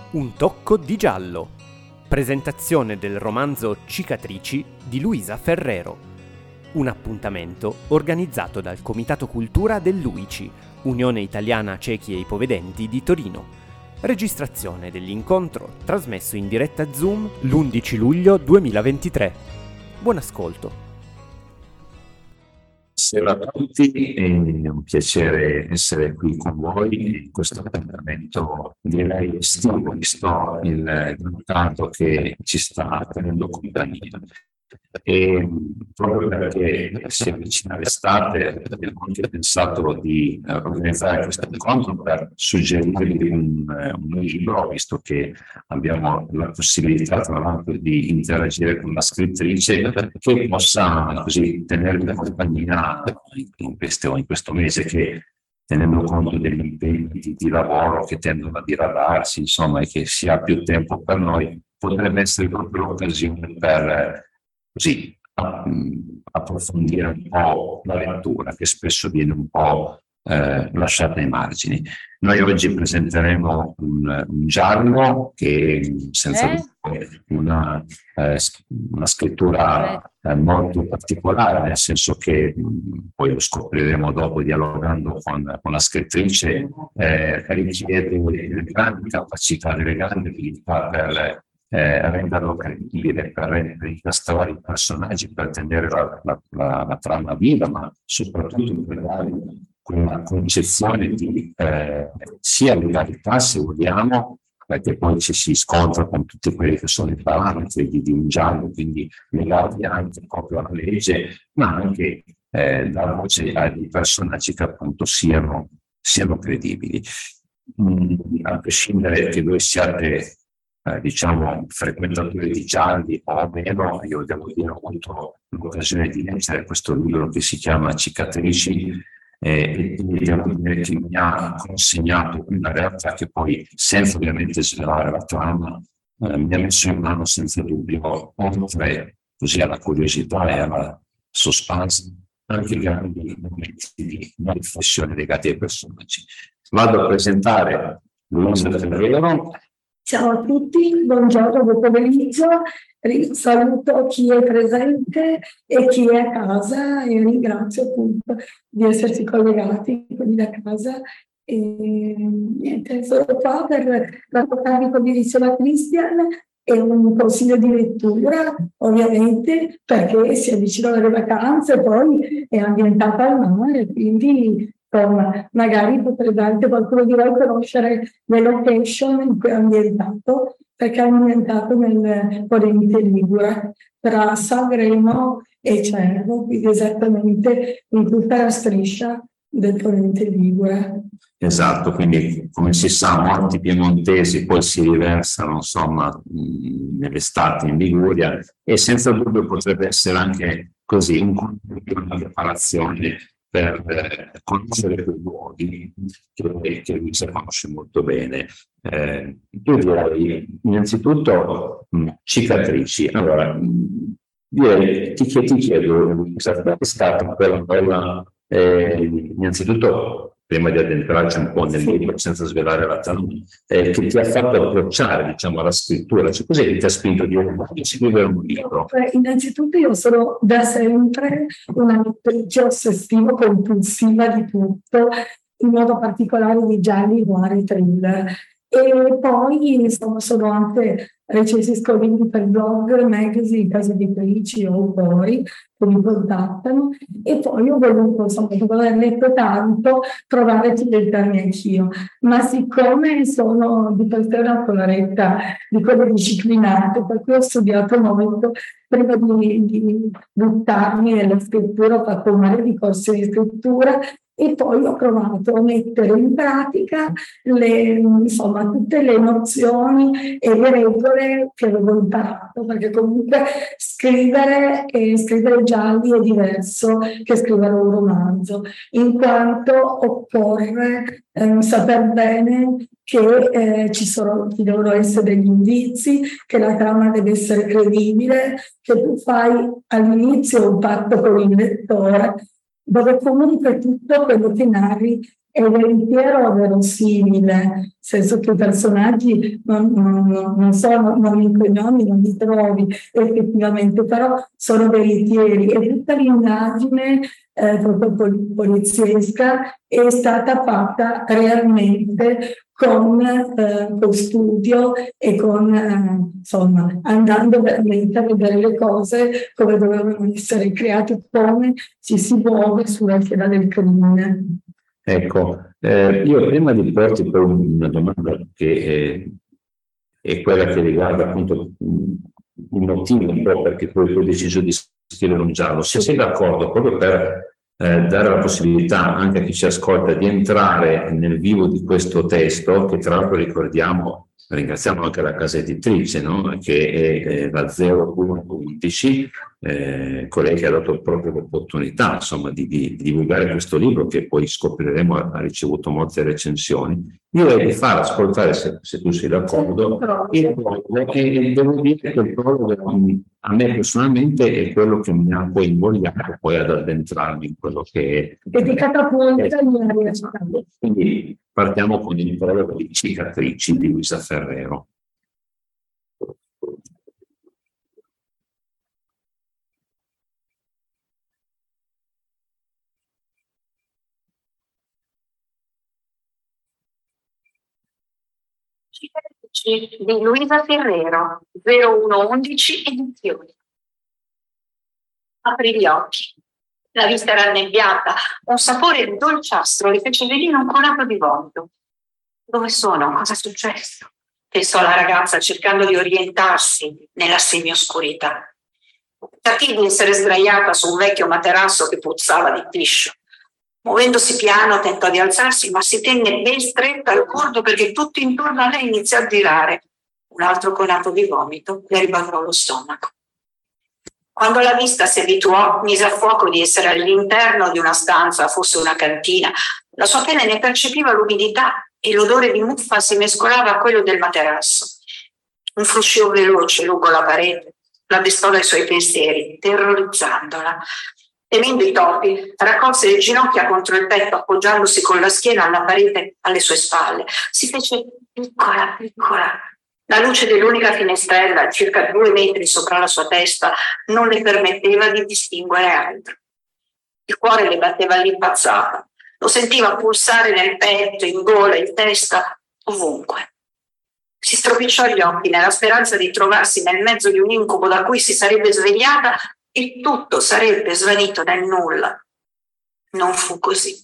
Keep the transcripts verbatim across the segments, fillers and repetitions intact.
Un tocco di giallo. Presentazione del romanzo Cicatrici di Luisa Ferrero. Un appuntamento organizzato dal Comitato Cultura dell'U I C I, Unione Italiana Ciechi e Ipovedenti di Torino. Registrazione dell'incontro trasmesso in diretta Zoom l'undici luglio duemilaventitré. Buon ascolto. Buonasera a tutti, è un piacere essere qui con voi in questo appuntamento direi estivo, visto il ritardo che ci sta tenendo compagnia. E proprio perché si avvicina l'estate abbiamo anche pensato di organizzare questo incontro per suggerirvi un, un libro, visto che abbiamo la possibilità tra l'altro di interagire con la scrittrice che possa così tenervi compagnia in questo, in questo mese che, tenendo conto degli impegni di, di lavoro che tendono a diradarsi, insomma, e che si ha più tempo per noi, potrebbe essere proprio l'occasione per così approfondire un po' la lettura che spesso viene un po' eh, lasciata ai margini. Noi oggi presenteremo un, un giallo che senza dubbio è una, eh, una scrittura eh, molto particolare, nel senso che mh, poi lo scopriremo dopo dialogando con, con la scrittrice, eh, richiede delle grandi capacità, delle grandi abilità per Eh, renderlo credibile, per rendere incastrare i personaggi, per tenere la, la, la, la trama viva, ma soprattutto per dare quella concezione di eh, sia legalità, se vogliamo, perché poi ci si scontra con tutti quelli che sono i parametri di, di un giallo, quindi legati anche proprio alla legge, ma anche eh, dalla voce ai personaggi che appunto siano, siano credibili. Mm, a prescindere che voi siate Eh, diciamo frequentatori di gialli o meno, io devo dire ho avuto l'occasione di leggere questo libro che si chiama Cicatrici eh, e devo dire che mi ha consegnato una realtà che poi, senza ovviamente svelare la trama, eh, mi ha messo in mano senza dubbio, oltre così alla curiosità e alla suspense, anche grandi momenti di riflessione legati ai personaggi. Vado a presentare Luisa Ferrero. Ciao a tutti, buongiorno, buon pomeriggio, saluto chi è presente e chi è a casa e ringrazio appunto di essersi collegati quindi da casa. E niente, sono qua per raccontarvi, come diceva Christian, è un consiglio di lettura, ovviamente, perché si avvicinano le vacanze, poi è ambientata al mare, quindi insomma, magari potrebbe anche qualcuno di voi conoscere le location in cui è ambientato, perché è ambientato nel Ponente Ligure, tra Sanremo e Cervo, quindi esattamente in tutta la striscia del Ponente Ligure. Esatto, quindi come si sa molti piemontesi poi si riversano insomma nell'estate in Liguria e senza dubbio potrebbe essere anche così un contenuto di preparazione per eh, conoscere quei luoghi che, che lui si conosce molto bene. Eh, io direi innanzitutto mh, cicatrici. Allora, mh, direi ti, ti chiedo, Luisa, qual è stata quella, quella eh, innanzitutto, prima di addentrarci un po' nel libro senza svelare la trama, eh, che ti ha fatto approcciare, diciamo, alla scrittura, cioè cos'è che ti ha spinto di scrivere un libro? Beh, innanzitutto io sono da sempre una lettrice ossessiva compulsiva di tutto, in modo particolare di gialli, noir e thriller. E poi insomma sono anche recensisco libri per blog, magazine, case editrici o autori che mi contattano, e poi ho voluto, insomma, dopo aver letto tanto, provare a cimentarmi anch'io. Ma siccome sono di per sé una coloretta di quelle disciplinate, per cui ho studiato molto prima di, di buttarmi nella scrittura, ho fatto un mare di corsi di scrittura e poi ho provato a mettere in pratica le, insomma, tutte le nozioni e le regole che avevo imparato, perché comunque scrivere e scrivere gialli è diverso che scrivere un romanzo, in quanto occorre eh, saper bene che eh, ci sono, ci devono essere degli indizi, che la trama deve essere credibile, che tu fai all'inizio un patto con il lettore, dove comunque tutto quello che narri è veritiero o verosimile, nel senso che i personaggi non, non, non sono, non i cognomi non li trovi effettivamente, però sono veritieri, e tutta l'indagine eh, proprio poliziesca è stata fatta realmente con eh, con studio e con eh, insomma andando veramente a vedere le cose come dovevano essere create, come ci si muove sulla scena del crimine. Ecco, eh, io prima di porti per una domanda che eh, è quella che riguarda appunto il motivo un po' perché poi ho deciso di scrivere un giallo, se sei d'accordo proprio per eh, dare la possibilità anche a chi ci ascolta di entrare nel vivo di questo testo, che tra l'altro ricordiamo, ringraziamo anche la casa editrice, no? Che è eh, la zero uno undici, eh, colei che ha dato proprio l'opportunità insomma di, di, di divulgare questo libro, che poi scopriremo ha, ha ricevuto molte recensioni. Io vorrei di far ascoltare, se, se tu sei d'accordo, il prologo, e devo dire che il prologo a me personalmente è quello che mi ha poi invogliato poi ad addentrarmi in quello che è. E di catapulta in realtà. Quindi partiamo con il prologo di Cicatrici di Luisa Ferrero. Cicatrici di Luisa Ferrero, zero uno undici edizioni. Aprì gli occhi. La vista era annebbiata, un sapore dolciastro le fece venire un conato di vomito. Dove sono? Cosa è successo? Pensò la ragazza cercando di orientarsi nella semioscurità. Capì di essere sdraiata su un vecchio materasso che puzzava di piscio. Muovendosi piano tentò di alzarsi, ma si tenne ben stretta al cordo perché tutto intorno a lei iniziò a girare. Un altro conato di vomito le ribaltò lo stomaco. Quando la vista si abituò, mise a fuoco di essere all'interno di una stanza, fosse una cantina. La sua pelle ne percepiva l'umidità e l'odore di muffa si mescolava a quello del materasso. Un fruscio veloce lungo la parete la destò dai suoi pensieri, terrorizzandola. Temendo i topi, raccolse le ginocchia contro il petto, appoggiandosi con la schiena alla parete alle sue spalle. Si fece piccola, piccola. La luce dell'unica finestrella, circa due metri sopra la sua testa, non le permetteva di distinguere altro. Il cuore le batteva all'impazzata. Lo sentiva pulsare nel petto, in gola, in testa, ovunque. Si stropicciò gli occhi nella speranza di trovarsi nel mezzo di un incubo da cui si sarebbe svegliata e tutto sarebbe svanito nel nulla. Non fu così.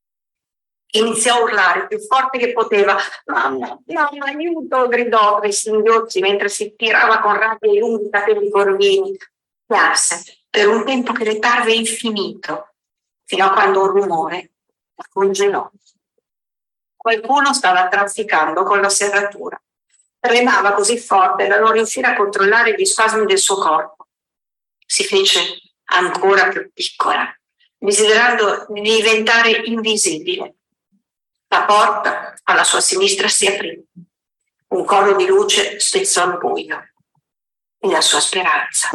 Iniziò a urlare più forte che poteva. «Mamma, mamma, aiuto!» gridò tra i singhiozzi mentre si tirava con rabbia i lunghi capelli corvini. Pianse per un tempo che le parve infinito, fino a quando un rumore la congelò. Qualcuno stava trafficando con la serratura. Tremava così forte da non riuscire a controllare gli spasmi del suo corpo. Si fece ancora più piccola, desiderando di diventare invisibile. La porta alla sua sinistra si aprì. Un cono di luce spezzò il buio e la sua speranza.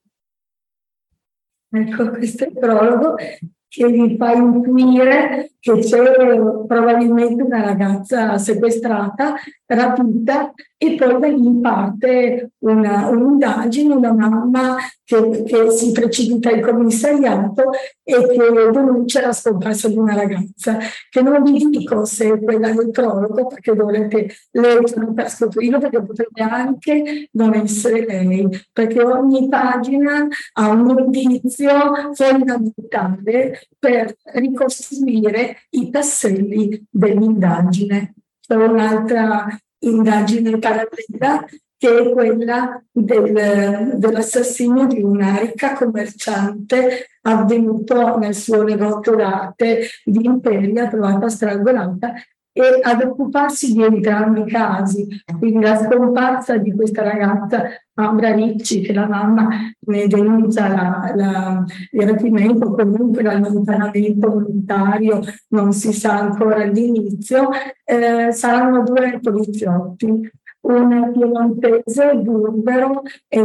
Ecco, questo è il prologo che vi fa intuire che c'è probabilmente una ragazza sequestrata, rapita, e poi da lì parte una, un'indagine, una mamma che, che si precipita in commissariato e che denuncia la scomparsa di una ragazza, che non vi dico se è quella del prologo, perché dovrete leggerlo per scoprirlo, perché potrebbe anche non essere lei, perché ogni pagina ha un indizio fondamentale per ricostruire i tasselli dell'indagine. C'è un'altra indagine parallela che è quella del, dell'assassinio di una ricca commerciante avvenuto nel suo negozio d'arte di Imperia, trovata strangolata, e ad occuparsi di entrambi i casi, quindi la scomparsa di questa ragazza Ambra Ricci, che la mamma ne denuncia la, la, il rapimento, comunque l'allontanamento volontario, non si sa ancora all'inizio. Eh, saranno due poliziotti, un piemontese burbero e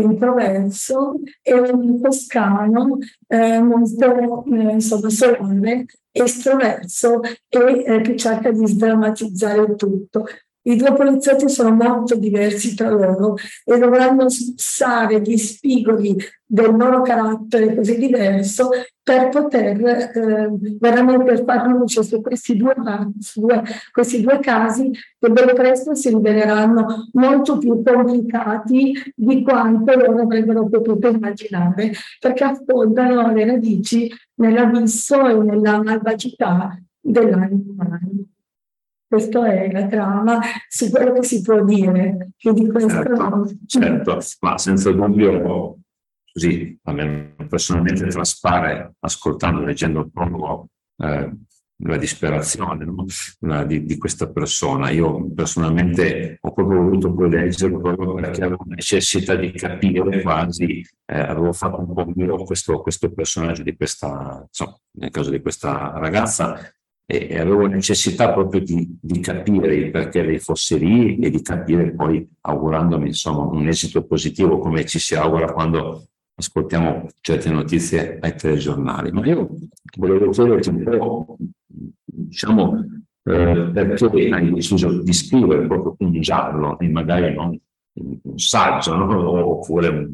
introverso e un toscano eh, molto eh, insomma solare estroverso e eh, che cerca di sdrammatizzare il tutto. I due poliziotti sono molto diversi tra loro e dovranno smussare gli spigoli del loro carattere così diverso per poter eh, veramente far luce su questi due, su due, questi due casi che ben presto si riveleranno molto più complicati di quanto loro avrebbero potuto immaginare, perché affondano le radici nell'abisso e nella malvagità dell'animo umano. Questa è la trama, su quello che si può dire. Che di questo certo, certo, ma senza dubbio, così a me personalmente traspare, ascoltando, leggendo il prologo, eh, la disperazione, no? la, di, di questa persona. Io personalmente ho proprio voluto poi leggerlo proprio perché avevo necessità di capire quasi, eh, avevo fatto un po' mio questo, questo personaggio di questa, insomma, nel caso di questa ragazza, e avevo necessità proprio di, di capire il perché lei fosse lì e di capire poi, augurandomi insomma un esito positivo come ci si augura quando ascoltiamo certe notizie ai telegiornali. Ma io volevo chiederti un po', diciamo, eh, perché hai deciso di scrivere proprio un giallo e magari non un saggio, no? Oppure un...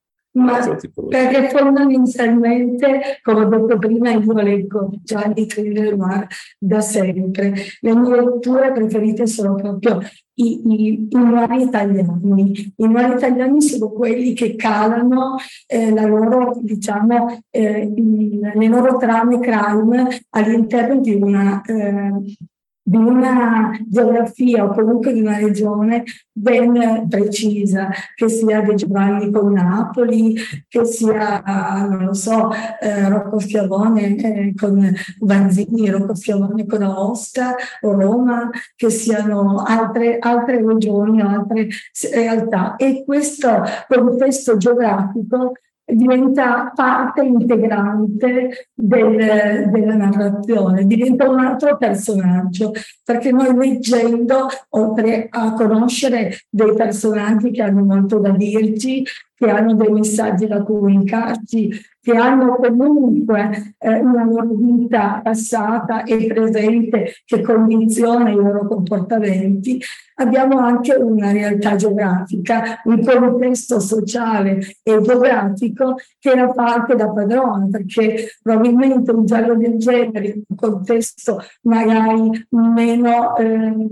Ma perché fondamentalmente, come ho detto prima, io leggo gialli, thriller noir da sempre. Le mie letture preferite sono proprio i, i, i noir italiani. I noir italiani sono quelli che calano eh, la loro, diciamo, eh, le loro trame crime all'interno di una... Eh, di una geografia o comunque di una regione ben precisa, che sia De Giovanni con Napoli, che sia, non lo so, eh, Rocco Schiavone eh, con Vanzini, Rocco Schiavone con Aosta o Roma, che siano altre, altre regioni o altre realtà. E questo contesto geografico diventa parte integrante del, della narrazione, diventa un altro personaggio, perché noi leggendo, oltre a conoscere dei personaggi che hanno molto da dirci, che hanno dei messaggi da comunicarci, che hanno comunque eh, una loro vita passata e presente che condiziona i loro comportamenti, abbiamo anche una realtà geografica, un contesto sociale e geografico che la fa anche da padrona, perché probabilmente un giallo del genere in un contesto magari meno... Eh,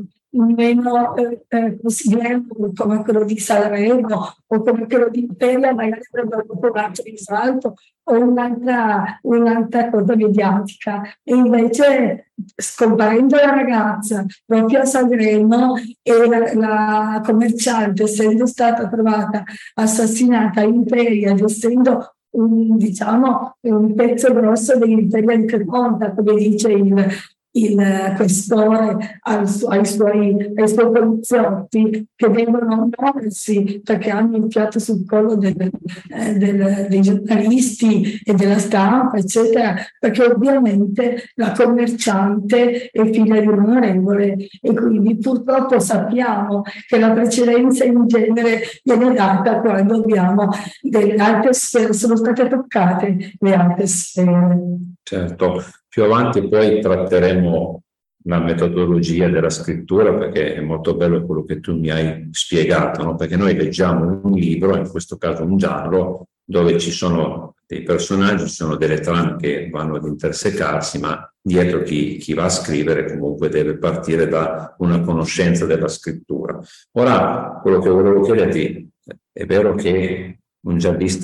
meno eh, eh, consigliato come quello di Sanremo o come quello di Imperia, magari avrebbe avuto un altro risalto o un'altra, un'altra cosa mediatica. E invece, scomparendo la ragazza proprio a Sanremo e la, la commerciante, essendo stata trovata assassinata a Imperia, essendo un, diciamo, un pezzo grosso dell'Imperia di Cremonta, come dice il il questore ai suoi, ai suoi, ai suoi poliziotti, che devono muoversi perché hanno il fiato sul collo del, eh, del, dei giornalisti e della stampa, eccetera, perché ovviamente la commerciante è figlia di un onorevole e quindi purtroppo sappiamo che la precedenza in genere viene data quando abbiamo delle alte sfere, sono state toccate le alte sfere. Certo. Più avanti poi tratteremo la metodologia della scrittura, perché è molto bello quello che tu mi hai spiegato, no? Perché noi leggiamo un libro, in questo caso un giallo, dove ci sono dei personaggi, ci sono delle trame che vanno ad intersecarsi, ma dietro chi, chi va a scrivere comunque deve partire da una conoscenza della scrittura. Ora, quello che volevo chiederti, è vero che un giallista,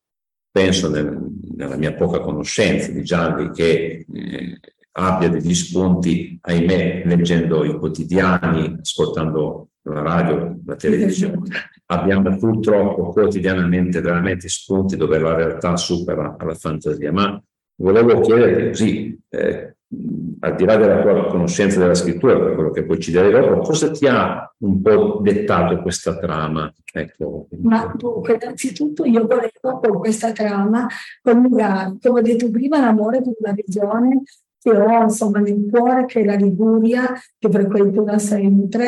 penso nel, nella mia poca conoscenza di gialli, che eh, abbia degli spunti, ahimè, leggendo i quotidiani, ascoltando la radio, la televisione, abbiamo purtroppo quotidianamente veramente spunti dove la realtà supera la fantasia. Ma volevo chiederti così, eh, al di là della tua conoscenza della scrittura, per quello che poi ci direi dopo, cosa ti ha un po' dettato questa trama? Ecco. Ma dunque, innanzitutto io volevo con questa trama coniugare, come ho detto prima, l'amore per una regione che ho insomma nel cuore, che è la Liguria, che frequento da sempre,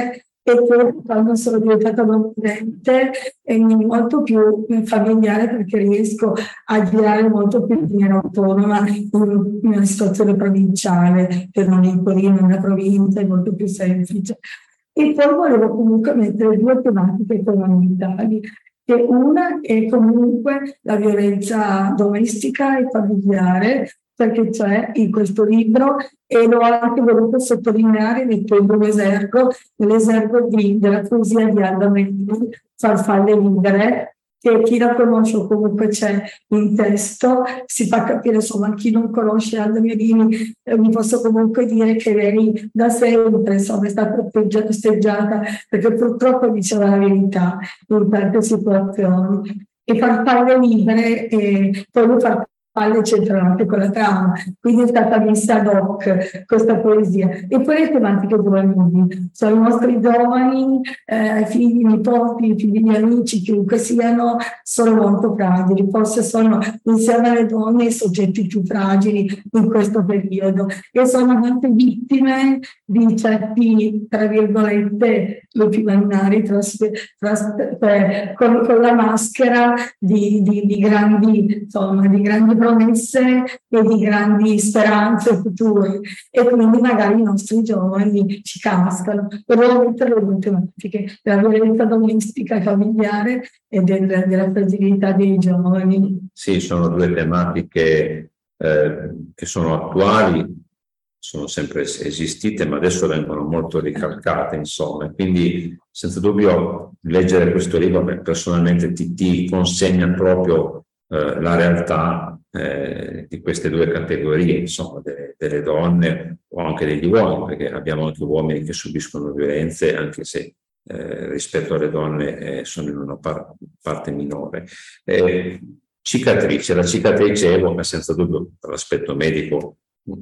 e poi quando sono diventata docente è molto più familiare perché riesco a girare molto più in maniera autonoma in una situazione provinciale, che non in Torino, nella provincia, è molto più semplice. E poi volevo comunque mettere due tematiche fondamentali, che una è comunque la violenza domestica e familiare, perché c'è in questo libro, e l'ho anche voluto sottolineare mettendo l'esergo, l'esergo di, della poesia di Alda Merini, Farfalle libere, che chi la conosce comunque c'è in testo, si fa capire, insomma, chi non conosce Alda Merini, eh, vi posso comunque dire che lei da sempre, insomma, è stata festeggiata, perché purtroppo diceva la verità in tante situazioni. E Farfalle libere, e poi lo fa palle c'entrano anche con la trama, quindi è stata messa ad hoc questa poesia. E poi le tematiche giovanili, sono i nostri giovani, eh, figli, nipoti, figli di amici, chiunque siano, sono molto fragili, forse sono insieme alle donne i soggetti più fragili in questo periodo, e sono anche vittime di certi, tra virgolette, lupi mannari tras, tras, eh, con, con la maschera di, di, di grandi, insomma, di grandi promesse e di grandi speranze future, e quindi magari i nostri giovani ci cascano. Volevo mettere le due tematiche, della violenza domestica e familiare e del, della fragilità dei giovani. Sì, sono due tematiche eh, che sono attuali, sono sempre esistite, ma adesso vengono molto ricalcate, insomma. Quindi, senza dubbio, leggere questo libro personalmente ti, ti consegna proprio eh, la realtà eh, di queste due categorie, insomma, de, delle donne o anche degli uomini, perché abbiamo anche uomini che subiscono violenze, anche se eh, rispetto alle donne eh, sono in una par- parte minore. Eh, cicatrice, la cicatrice evoca senza dubbio l'aspetto medico,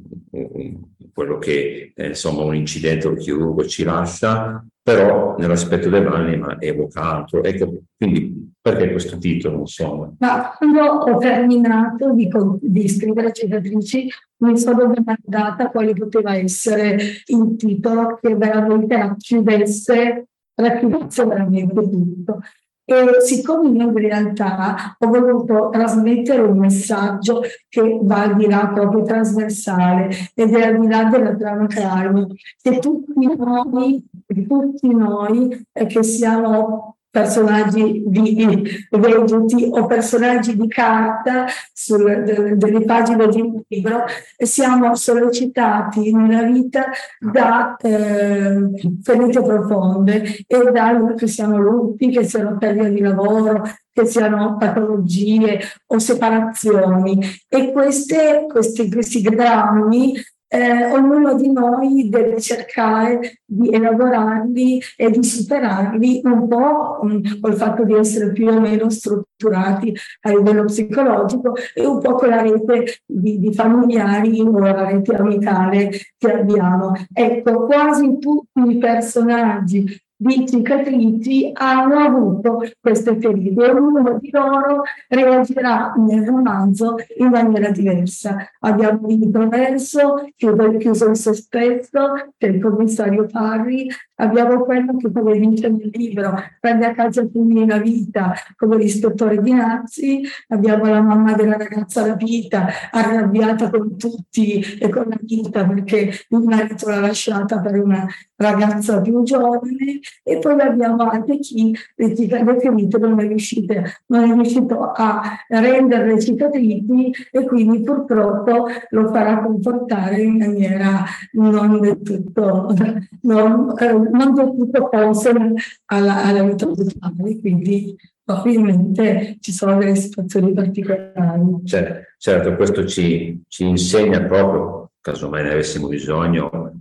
quello che eh, insomma un incidente o chirurgo ci lascia, però nell'aspetto dell'anima evoca altro. Ecco, quindi perché questo titolo, insomma? Ma quando ho terminato di, di scrivere Cicatrici, mi sono domandata quale poteva essere il titolo che veramente racchiudesse, racchiudesse veramente tutto. E siccome io in realtà ho voluto trasmettere un messaggio che va al di là, proprio trasversale, ed è al di là della trama crime, che tutti noi, tutti noi eh, che siamo personaggi di veduti o personaggi di carta sul, de, delle pagine di un libro, siamo sollecitati nella vita da eh, ferite profonde, e da che siano lutti, che siano perdite di lavoro, che siano patologie o separazioni, e queste, questi, questi drammi Eh, ognuno di noi deve cercare di elaborarli e di superarli un po' um, col fatto di essere più o meno strutturati a livello psicologico, e un po' con la rete di, di familiari o la rete amicale che abbiamo. Ecco, quasi tutti i personaggi di Cicatrici hanno avuto queste ferite, e ognuno di loro reagirà nel romanzo in maniera diversa. Abbiamo l'introverso, chiuso in se stesso, che è il commissario Parri, abbiamo quello che, come dice nel libro, prende a casa quindi la vita, come l'ispettore Di Nazzi, abbiamo la mamma della ragazza rapita, arrabbiata con tutti e con la vita perché il marito l'ha lasciata per una ragazza più giovane, e poi abbiamo anche chi le ferite non è riuscito, non è riuscito a rendere le cicatrici, e quindi purtroppo lo farà comportare in maniera non del tutto, non, eh, non del tutto consona alla, alla vita sociale, quindi ovviamente ci sono delle situazioni particolari. Cioè, certo, questo ci, ci insegna proprio, casomai ne avessimo bisogno,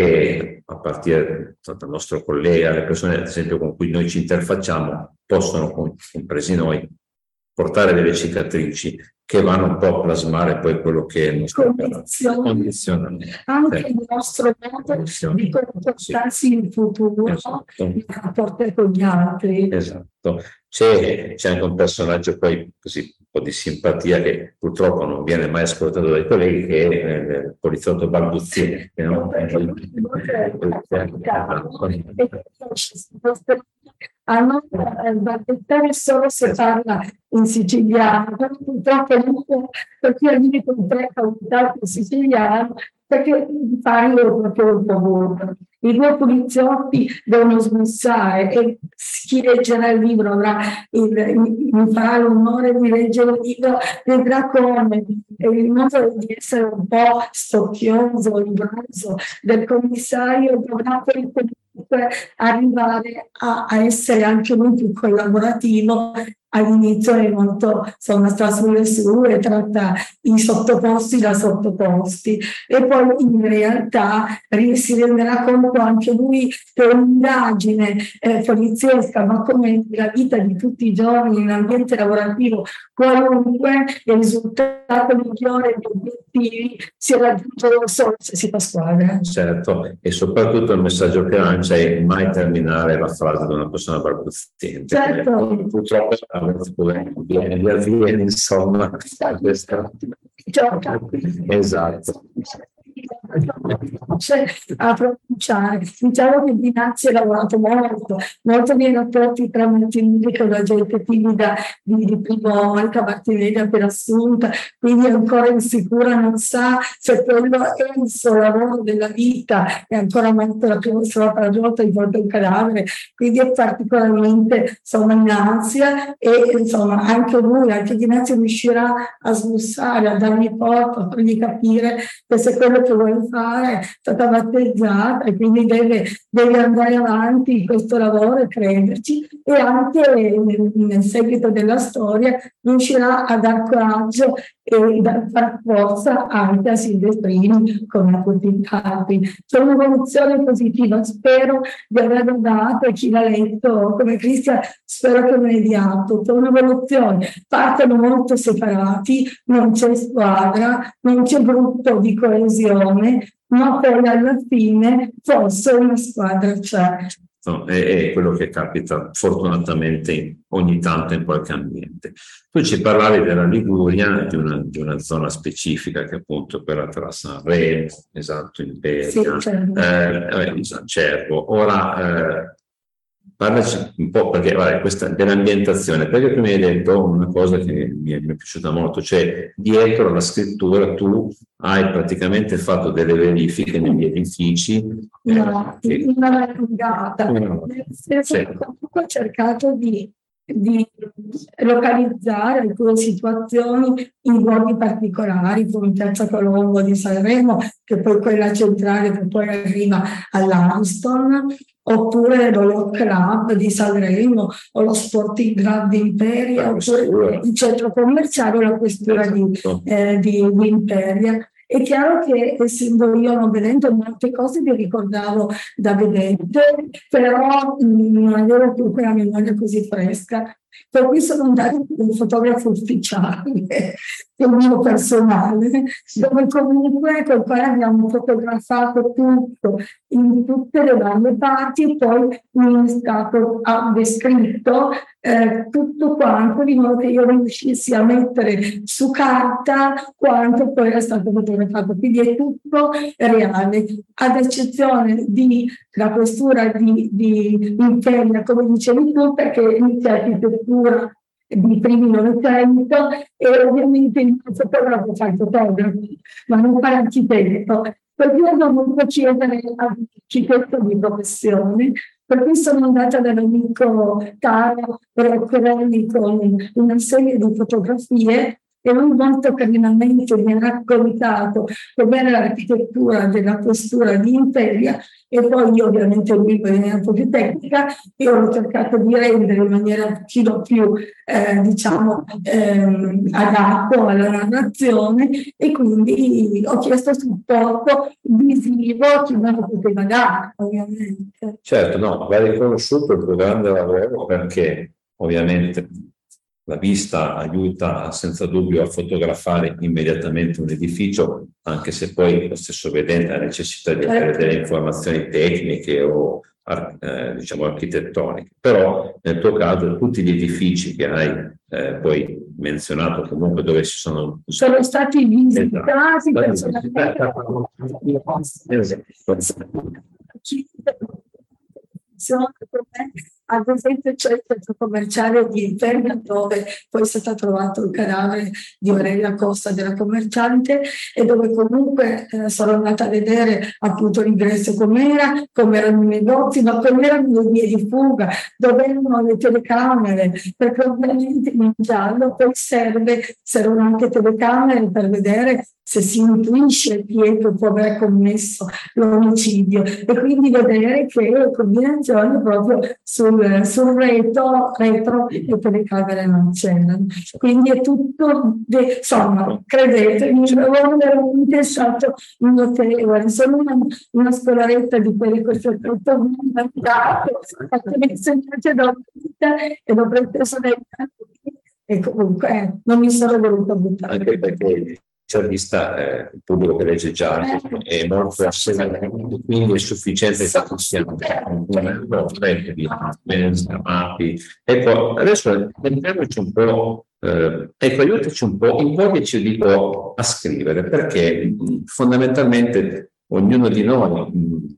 che a partire dal nostro collega, le persone ad esempio con cui noi ci interfacciamo, possono, compresi noi, portare delle cicatrici che vanno un po' a plasmare poi quello che è il nostro condizionamento, anche eh. il nostro modo di comportarsi sì. in futuro, esatto. in rapporto con gli altri. Esatto. C'è, c'è anche un personaggio poi così po' di simpatia che purtroppo non viene mai ascoltato dai colleghi, che è il poliziotto balbuziere. No? A noi balbettare solo se parla in siciliano, purtroppo perché io mi tre comunità siciliano, perché parlo proprio un po'. I due poliziotti devono smussare e chi leggerà il libro avrà il, mi farà l'onore di leggere il libro, vedrà come il modo di essere un po' stocchioso, libroso del commissario dovrà poi arrivare a, a essere anche lui più collaborativo. All'inizio è molto, insomma, sta sulle sue, tratta i sottoposti da sottoposti e poi in realtà si renderà conto anche lui che un'indagine eh, poliziesca, ma come la vita di tutti i giorni in ambiente lavorativo qualunque, il risultato migliore degli obiettivi si raggiunge solo se si fa squadra. Certo, e soprattutto il messaggio che lancia è mai terminare la frase di una persona balbuziente. Certo. Purtroppo viene via via, insomma, questa... Esatto. A pronunciare, diciamo che Dinazzi ha lavorato molto, molto nei rapporti tra Martinelli con la gente timida di, di primo Monica Martinelli appena assunta, quindi è ancora insicura, non sa se quello è il suo lavoro della vita, è ancora morto la prima volta di volta un cadavere, quindi è particolarmente insomma in ansia e insomma anche lui, anche Dinazzi riuscirà a smussare, a dargli porto, a fargli capire che se quello che vuole fare è stata battezzata e quindi deve, deve andare avanti in questo lavoro e crederci, e anche nel, nel seguito della storia riuscirà a dar coraggio e a far forza anche a Silvestrini come a tutti gli altri. C'è un'evoluzione positiva, spero di averlo dato, e chi l'ha letto come Cristian spero che me ne dia atto. C'è un'evoluzione, partono molto separati, non c'è squadra, non c'è gruppo di coesione, ma poi alla fine forse una squadra c'è. No, è, è quello che capita fortunatamente ogni tanto in qualche ambiente. Tu ci parlavi della Liguria, di una, di una zona specifica che è appunto quella tra Sanremo, esatto, Imperia, sì, certo. eh, Cervo. Ora eh, parlaci un po', perché vabbè, questa dell'ambientazione, perché tu mi hai detto una cosa che mi è, mi è piaciuta molto, cioè dietro la scrittura tu hai praticamente fatto delle verifiche negli edifici. No, eh, che... non è allungata, no, nel senso sì. che comunque ho cercato di, di localizzare alcune situazioni in luoghi particolari, come Piazza Colombo di Sanremo, che poi quella centrale che poi arriva all'Ariston, oppure lo Club di Sanremo o lo Sporting Club di Imperia, oppure il centro commerciale o la questura di, eh, di, di Imperia. È chiaro che essendo io non vedendo molte cose mi ricordavo da vedente, però mh, non avevo più quella memoria così fresca, per cui sono andata con un fotografo ufficiale, il mio personale, dove comunque col quale abbiamo fotografato tutto in tutte le varie parti, e poi mi è stato ha descritto eh, tutto quanto, di modo che io riuscissi a mettere su carta quanto poi era stato fotografato. Quindi è tutto reale, ad eccezione della questura di, di Imperia, come dicevi tu, perché inizia architettura di primi Novecento e ovviamente il fotografo fa il fotografo, ma non fa l'architetto. Per cui ho dovuto chiedere all'architetto di professione, per cui sono andata dall'amico caro Roccorelli con una serie di fotografie e lui molto carinamente mi ha raccontato com'era l'architettura della questura di Imperia, e poi io ovviamente lui veniva un po' più tecnica e ho cercato di rendere in maniera un pochino più eh, diciamo ehm, adatto alla narrazione, e quindi ho chiesto supporto visivo che me lo poteva dare, ovviamente. Certo, no, va riconosciuto il tuo grande lavoro, perché ovviamente la vista aiuta senza dubbio a fotografare immediatamente un edificio, anche se poi lo stesso vedente ha necessità di avere delle informazioni tecniche o, eh, diciamo architettoniche, però nel tuo caso tutti gli edifici che hai eh, poi menzionato comunque dove ci sono sono stati visitati ad esempio c'è il centro commerciale di Verna dove poi è stato trovato il cadavere di Aurelia Costa della commerciante e dove comunque eh, sono andata a vedere appunto l'ingresso com'era, com'erano i negozi, ma com'erano le vie di fuga, dove erano le telecamere, perché ovviamente in giallo poi serve, servono anche telecamere per vedere se si intuisce Pietro può aver commesso l'omicidio e quindi vedere che le combinazioni proprio sul, sul retro, retro le telecamere non c'erano. Quindi è tutto, de, insomma, credetemi, il lavoro veramente è stato notevole. Sono una, una scolaretta di quelle che ho fatto fatto l'insegnante da vita e l'ho preso dai anni e comunque eh, non mi sono voluta buttare. Anche perché c'è vista eh, il pubblico che legge già è molto assente, quindi è sufficiente che possiamo ecco adesso entriamoci un po' eh, ecco aiutaci un po' in pochi ci dico a scrivere perché mh, fondamentalmente ognuno di noi mh,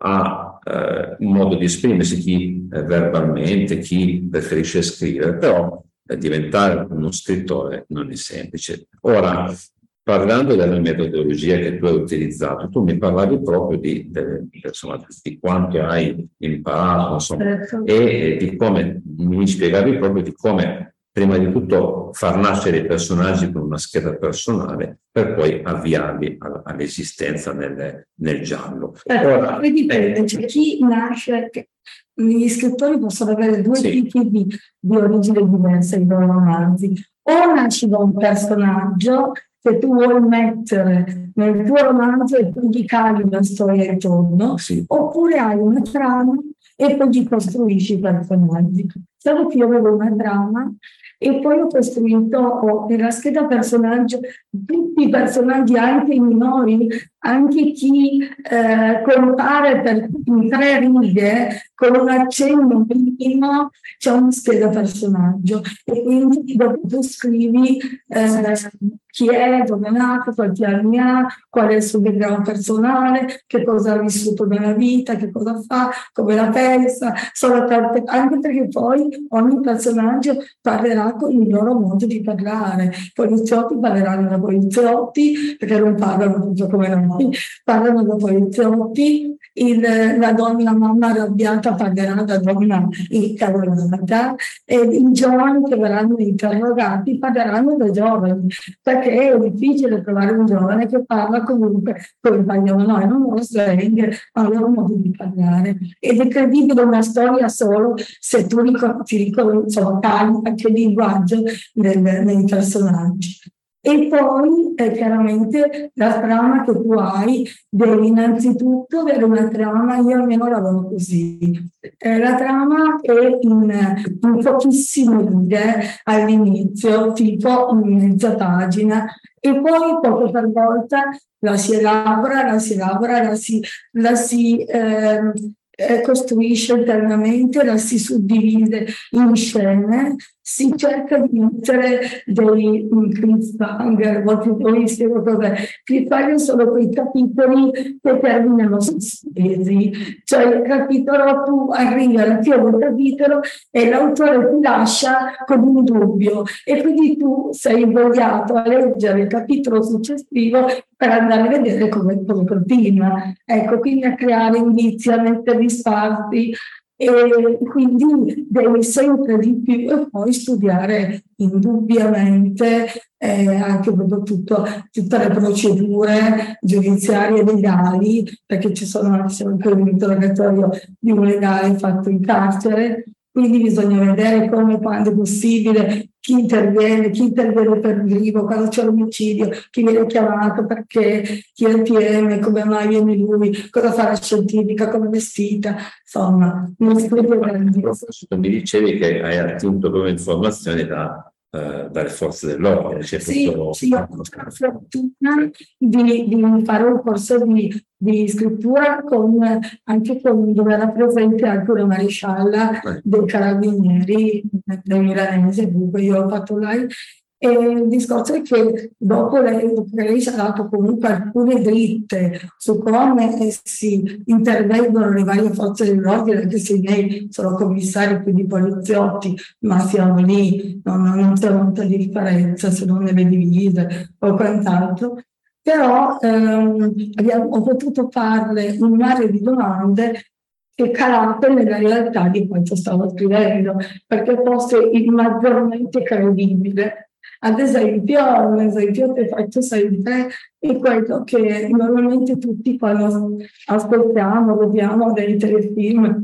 ha eh, un modo di esprimersi, chi eh, verbalmente, chi preferisce scrivere, però eh, diventare uno scrittore non è semplice. Ora, parlando della metodologia che tu hai utilizzato, tu mi parlavi proprio di, di, insomma, di quanto hai imparato, insomma, e di come mi spiegavi proprio di come prima di tutto far nascere i personaggi con una scheda personale per poi avviarli all'esistenza nel, nel giallo. Ora, dipende, c'è chi nasce, gli scrittori possono avere due sì. tipi di, di origine diverse nei loro romanzi. O nasci da un personaggio che tu vuoi mettere nel tuo romanzo e quindi cali una storia intorno, sì. oppure hai una trama e poi ci costruisci i personaggi. Solo che io avevo una trama e poi ho costruito ho, nella scheda personaggio tutti i personaggi, anche i minori, anche chi eh, compare per in tre righe con un accenno minimo, c'è una scheda personaggio e quindi dopo tu scrivi eh, chi è, dove è nato, quanti anni ha, qual è il suo background personale, che cosa ha vissuto nella vita, che cosa fa, come la pensa, sono tante, anche perché poi ogni personaggio parlerà con il loro modo di parlare. I poliziotti parleranno da poliziotti, perché non parlano tutto come noi, parlano da poliziotti, il, la donna, la mamma arrabbiata parlerà da donna incavolata e i giovani che verranno interrogati parleranno da giovani, perché è difficile trovare un giovane che parla comunque come parliamo noi, non lo slang, ma il loro modo di parlare. Ed è credibile una storia solo se tu ti ricordi, insomma, parli anche il linguaggio del, nei personaggi. E poi eh, chiaramente la trama che tu hai devi innanzitutto avere una trama, io almeno lavoro così, eh, la trama è in, in pochissime righe all'inizio, tipo in mezza pagina, e poi poco per volta la si elabora, la si elabora, la si, la si eh, eh, costruisce internamente, la si suddivide in scene, si cerca di mettere dei cliffhanger, voi spiego cos'è. Cliffhanger sono quei capitoli che terminano sospesi, cioè il capitolo, tu arrivi alla fine del capitolo e l'autore ti lascia con un dubbio e quindi tu sei invogliato a leggere il capitolo successivo per andare a vedere come, come continua. Ecco, quindi a creare indizi, a metterli sparsi. E quindi devi sempre di più e poi studiare indubbiamente eh, anche proprio tutto, tutte le procedure giudiziarie legali, perché ci sono anche un interrogatorio di un legale fatto in carcere, quindi bisogna vedere come, quando è possibile, chi interviene, chi interviene per arrivo, quando c'è l'omicidio, chi viene chiamato, perché, chi è il P M, come mai viene lui, cosa fa la scientifica, come è vestita, insomma, non si può dire. Mi dicevi che hai attinto come informazioni da eh, dalle forze dell'ordine. C'è Sì, tutto... sì, ho avuto la fortuna di, di fare un corso di, di scrittura con, anche con, dove era presente anche una marescialla Eh. dei carabinieri del milanese, dunque io ho fatto live. E il discorso è che dopo lei, lei ci ha dato comunque alcune dritte su come si intervengono le varie forze dell'ordine, anche se i miei sono commissari, quindi poliziotti, ma siamo lì, non, non c'è molta differenza se non nelle divise o quant'altro. Però ehm, abbiamo, ho potuto farle un mare di domande che calate nella realtà di quanto stavo scrivendo, perché fosse il maggiormente credibile. Ad esempio, un esempio che faccio sempre è quello che normalmente tutti quando ascoltiamo, vediamo dei telefilm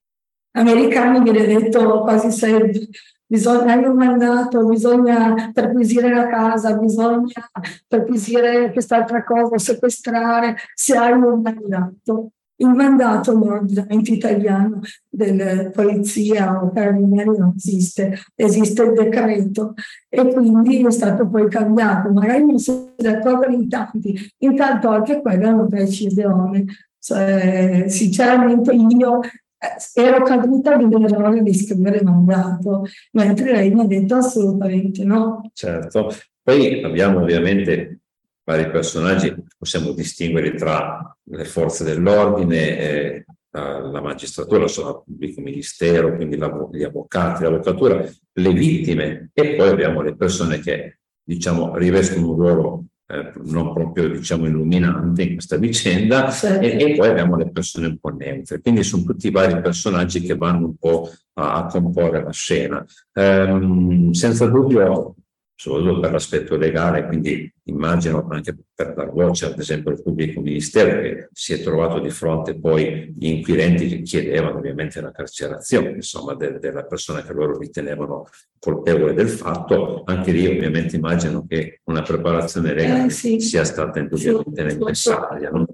americani viene detto quasi sempre bisogna, hai un mandato, bisogna perquisire la casa, bisogna perquisire quest'altra cosa, sequestrare, se hai un mandato. Il mandato nell'ordinamento italiano della polizia o carabinieri non esiste, esiste il decreto e quindi è stato poi cambiato. Magari non se ne accorgono in tanti, intanto anche quella è una precisione. Cioè, sinceramente io ero caduta nell'errore di scrivere mandato, mentre lei mi ha detto assolutamente no. Certo, poi abbiamo ovviamente vari personaggi, possiamo distinguere tra le forze dell'ordine, eh, la magistratura, insomma, il pubblico ministero, quindi gli avvocati, l'avvocatura, le vittime e poi abbiamo le persone che diciamo rivestono un ruolo eh, non proprio diciamo illuminante in questa vicenda Certo. e, e poi abbiamo le persone un po' neutre, quindi sono tutti i vari personaggi che vanno un po' a, a comporre la scena. Ehm, senza dubbio, soprattutto per l'aspetto legale, quindi immagino anche per dar voce ad esempio al pubblico ministero che si è trovato di fronte poi gli inquirenti che chiedevano ovviamente la carcerazione insomma de- della persona che loro ritenevano colpevole del fatto, anche lì ovviamente immagino che una preparazione legale Eh, sì. sia stata indubbiamente Sì, necessaria. Non...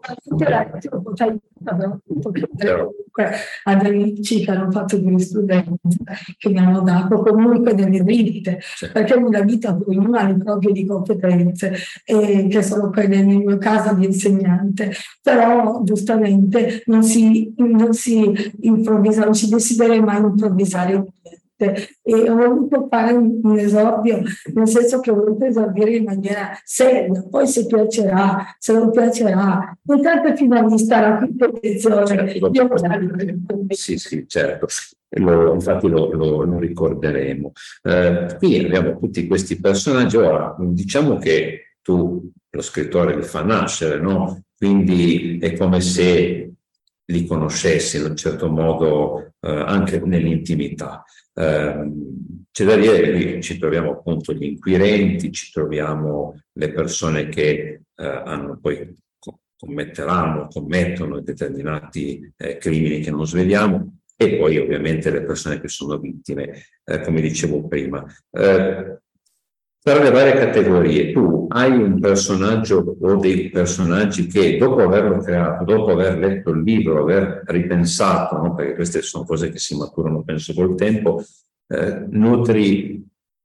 ad amici che hanno fatto giurisprudenza che mi hanno dato comunque delle dritte, Sì. perché nella vita ognuno ha le proprie di competenze e che sono quelle nel mio caso di insegnante, però giustamente non si, non si improvvisa, non si desideria mai improvvisare niente. E ho voluto fare un, un esordio, nel senso che ho voluto esordire in maniera seria, poi se piacerà, se non piacerà, intanto fino a vista la competizione. Certo, Io... sì, sì, certo. Lo, infatti lo, lo, lo ricorderemo. Eh, qui abbiamo tutti questi personaggi. Ora, diciamo che tu, lo scrittore, li fa nascere, no? Quindi è come se li conoscessi in un certo modo eh, anche nell'intimità. Eh, c'è da dire che qui ci troviamo appunto gli inquirenti, ci troviamo le persone che eh, hanno poi commetteranno, commettono determinati eh, crimini che non sveliamo e poi ovviamente le persone che sono vittime, eh, come dicevo prima. Eh, per le varie categorie, tu hai un personaggio o dei personaggi che dopo averlo creato, dopo aver letto il libro, aver ripensato, no? Perché queste sono cose che si maturano penso col tempo, eh, nutri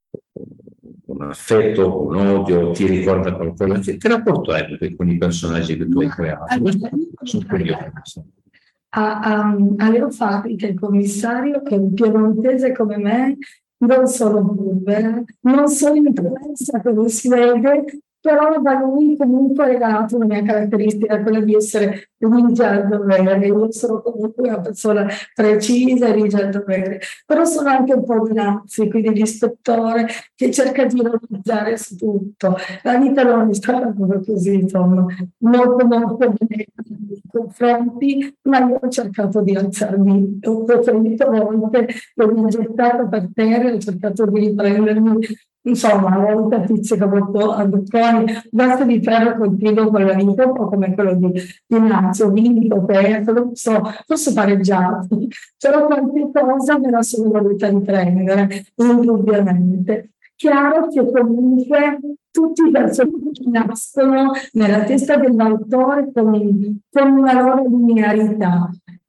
un affetto, un odio, ti ricorda qualcosa? Che, che rapporto hai con i personaggi che tu hai creato? Sono curioso. A, a, a Leo Fabbrica, il commissario, che è un piemontese come me, non sono burbe, non sono influenza come si vede, però da lui comunque ha regalato una mia caratteristica, quella di essere rigia al dovere. Io sono comunque una persona precisa e rigia al dovere, però sono anche un po' di nazi, quindi l'ispettore che cerca di ironizare su tutto. La vita non è stata proprio così, insomma, molto molto bene nei confronti, ma io ho cercato di alzarmi, ho preferito volte che mi ho gettato per terra, ho cercato di riprendermi. Insomma, a volte pizzica molto a bocconi, basta di ferro continuo con la vita, un po' come quello di, di Nazio, vinto, perso, non so, forse pareggiato, però qualche cosa me la sono voluta riprendere, indubbiamente. Chiaro che comunque tutti i personaggi nascono nella testa dell'autore con, con una loro linearità.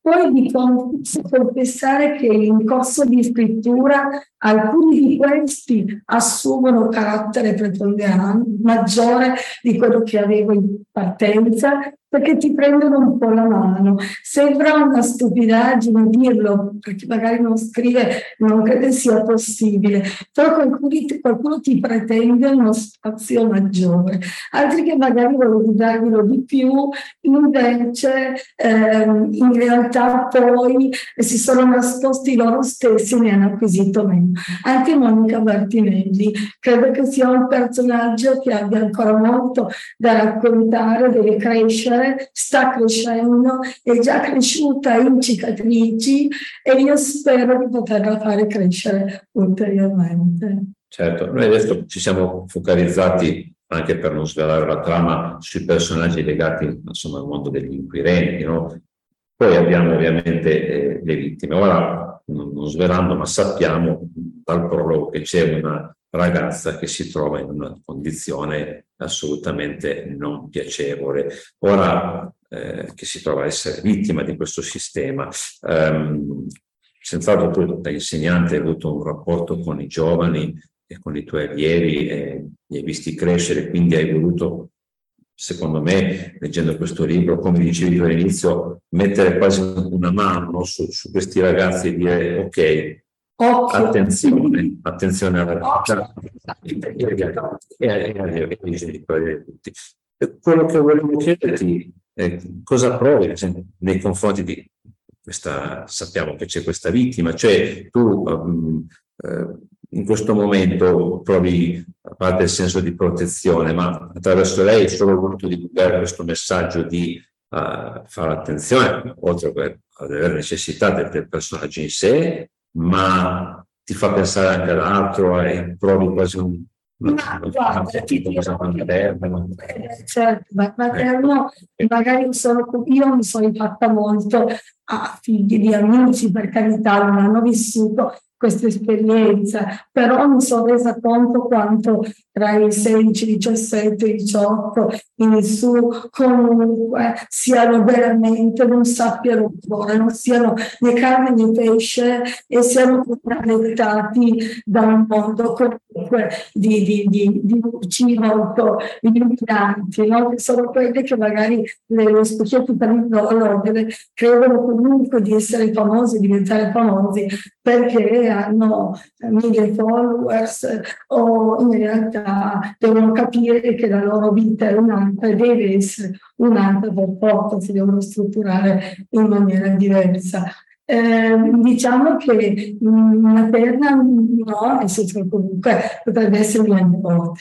Poi vi posso confessare che in corso di scrittura alcuni di questi assumono carattere preponderante, maggiore di quello che avevo in partenza, perché ti prendono un po' la mano. Sembra una stupidaggine dirlo, perché magari non scrive, non crede sia possibile, però qualcuno, qualcuno ti pretende uno spazio maggiore, altri che magari volevo darglielo di più, invece ehm, in realtà poi si sono nascosti loro stessi e ne hanno acquisito meno. Anche Monica Martinelli credo che sia un personaggio che abbia ancora molto da raccontare, deve crescere, sta crescendo, è già cresciuta in Cicatrici e io spero di poterla fare crescere ulteriormente. Certo, noi adesso ci siamo focalizzati, anche per non svelare la trama, sui personaggi legati insomma al mondo degli inquirenti, no? Poi abbiamo ovviamente eh, le vittime. Ora, non, non svelando, ma sappiamo dal prologo che c'è una ragazza che si trova in una condizione assolutamente non piacevole. Ora, eh, che si trova a essere vittima di questo sistema. Um, senz'altro tu da insegnante hai avuto un rapporto con i giovani e con i tuoi allievi e li hai visti crescere, quindi hai voluto, secondo me, leggendo questo libro, come dicevi tu all'inizio, mettere quasi una mano, no, su, su questi ragazzi e dire ok, Occhio. attenzione, attenzione alla tutti. Quello che volevo chiederti è cosa provi nei confronti di questa, sappiamo che c'è questa vittima, cioè tu um, eh, in questo momento provi, a parte il senso di protezione, ma attraverso lei hai solo voluto divulgare questo messaggio di uh, fare attenzione, oltre ad avere necessità del, del personaggio in sé, ma ti fa pensare anche all'altro e provi quasi un... Ma guarda, ti dirò, certo, ma materno, magari sono, io mi sono fatta molto a figli di amici, per carità, non hanno vissuto questa esperienza, però mi sono resa conto quanto tra i sedici, diciassette, diciotto in su comunque siano veramente, non sappiano cuore, non siano né carne né pesce e siano connettati da un mondo comunque di, di, di, di luci molto illuminanti, no? Che sono quelle che magari le, le specchiette per il loro credono comunque di essere famosi, diventare famosi perché hanno mille followers o in realtà devono capire che la loro vita è un'altra e deve essere un'altra, per forza si devono strutturare in maniera diversa. Eh, diciamo che materna no, nel senso che comunque potrebbe essere mia nipote.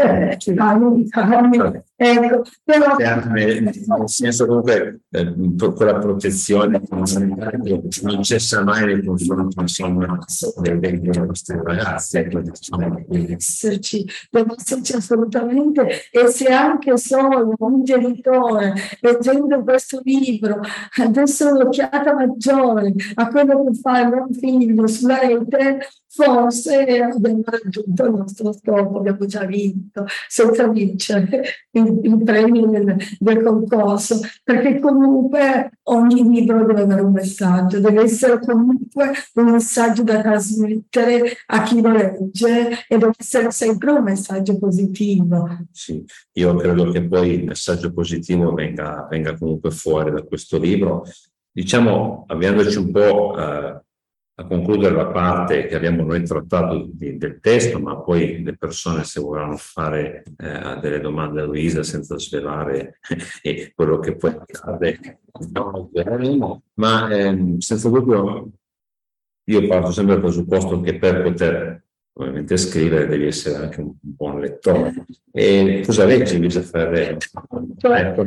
Ecco, però nel senso comunque eh, quella protezione non cessa mai nei confronti insomma delle nostre ragazze, deve esserci, deve esserci assolutamente, e se anche solo un genitore leggendo questo libro adesso un'occhiata maggiore a quello che fa il loro figlio sulla rete, forse abbiamo raggiunto il nostro scopo, abbiamo già vinto senza vincere il, il premio del, del concorso, perché comunque ogni libro deve avere un messaggio, deve essere comunque un messaggio da trasmettere a chi lo legge e deve essere sempre un messaggio positivo. Sì, io credo che poi il messaggio positivo venga, venga comunque fuori da questo libro. Diciamo, avviandoci un po' eh, a concludere la parte che abbiamo noi trattato di, del testo, ma poi le persone, se vorranno fare eh, delle domande a Luisa senza svelare eh, quello che poi accade, no, ma eh, senza dubbio io parto sempre dal presupposto che per poter ovviamente scrivere devi essere anche un buon lettore. E cosa leggi, Luisa Ferrero? Ecco,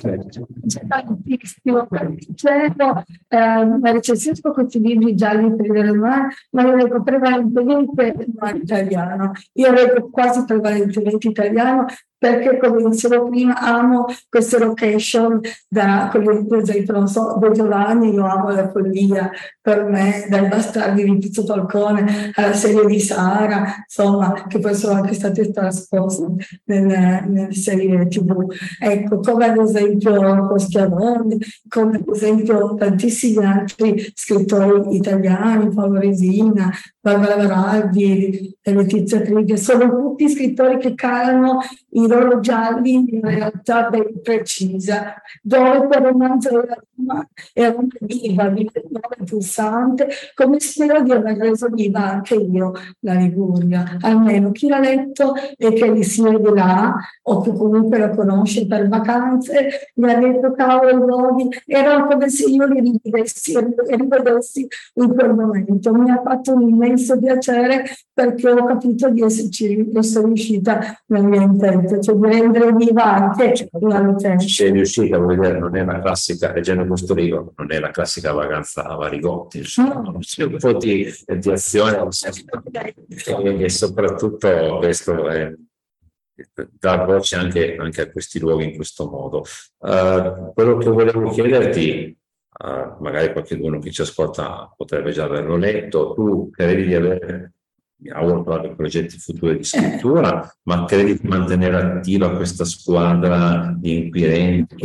certo, eh, recensisco questi libri gialli per il romano, ma io leggo prevalentemente in italiano. Io leggo quasi prevalentemente italiano perché, come dicevo prima, amo queste location da, come per esempio, non so, De Giovanni, io amo la follia, per me, dai Bastardi di Pizzo Falcone alla serie di Sara, insomma, che poi sono anche state trasposte nelle, nelle serie tivù. Ecco, come ad esempio Coschiavone, come ad esempio tantissimi altri scrittori italiani, Paolo Resina, Barbara Baraldi, Letizia Trigger, sono tutti scrittori che calano i loro gialli in una realtà ben precisa, dove quel romanzo era, era una viva, viva, pulsante, come spero di aver reso viva anche io la Liguria. Almeno chi l'ha letto e che risiede là, o che comunque lo conosce per vacanze, mi ha detto cavolo i luoghi, era come se io li rivedessi e rivedessi in quel momento. Mi ha fatto un immenso piacere perché ho capito di esserci, essere riuscita nel mio intento, cioè di rendere viva anche la lutenza. Sei riuscita, vuol dire, non è la classica, leggendo questo libro, non è la classica vacanza a Varigotti, insomma, no. C'è un po' di, di azione e, e soprattutto questo è, dà voce anche, anche a questi luoghi in questo modo. Uh, quello che volevo chiederti, uh, magari qualcuno che ci ascolta potrebbe già averlo letto, tu credi di avere, mi auguro trovare progetti futuri di scrittura, ma credi di mantenere attiva questa squadra di inquirenti?